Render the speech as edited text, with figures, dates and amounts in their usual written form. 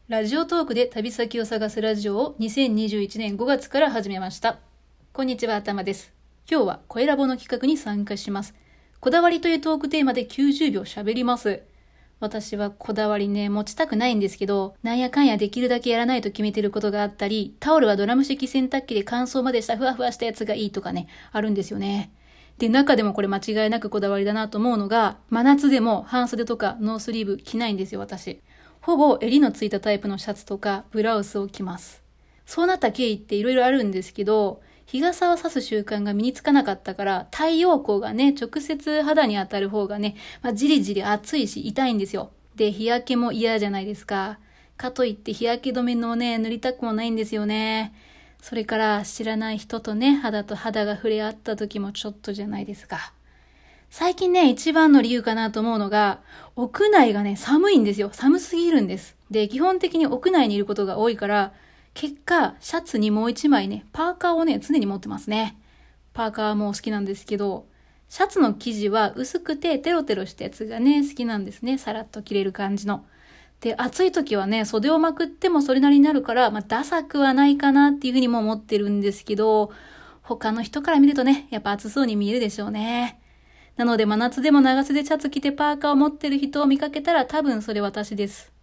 ラジオトークで旅先を探すラジオを2021年5月から始めました。こんにちは、頭です。今日は声ラボの企画に参加します。こだわりというトークテーマで90秒喋ります。私はこだわりね、持ちたくないんですけど、なんやかんやできるだけやらないと決めてることがあったり、タオルはドラム式洗濯機で乾燥までしたふわふわしたやつがいいとかね、あるんですよね。で、中でもこれ間違いなくこだわりだなと思うのが、真夏でも半袖とかノースリーブ着ないんですよ、私。ほぼ襟のついたタイプのシャツとかブラウスを着ます。そうなった経緯っていろいろあるんですけど、日傘を差す習慣が身につかなかったから、太陽光がね、直接肌に当たる方がね、じりじり暑いし痛いんですよ。で、日焼けも嫌じゃないですか。かといって日焼け止めのね、塗りたくもないんですよね。それから知らない人とね、肌と肌が触れ合った時もちょっとじゃないですか。最近ね、一番の理由かなと思うのが、屋内がね、寒いんですよ。寒すぎるんです。で、基本的に屋内にいることが多いから、結果、シャツにもう一枚ね、パーカーをね、常に持ってますね。パーカーも好きなんですけど、シャツの生地は薄くてテロテロしたやつがね、好きなんですね。さらっと着れる感じの。で、暑い時はね、袖をまくってもそれなりになるから、ダサくはないかなっていうふうにも思ってるんですけど、他の人から見るとね、やっぱ暑そうに見えるでしょうね。なので真夏でも長袖シャツ着てパーカーを持ってる人を見かけたら多分それ私です。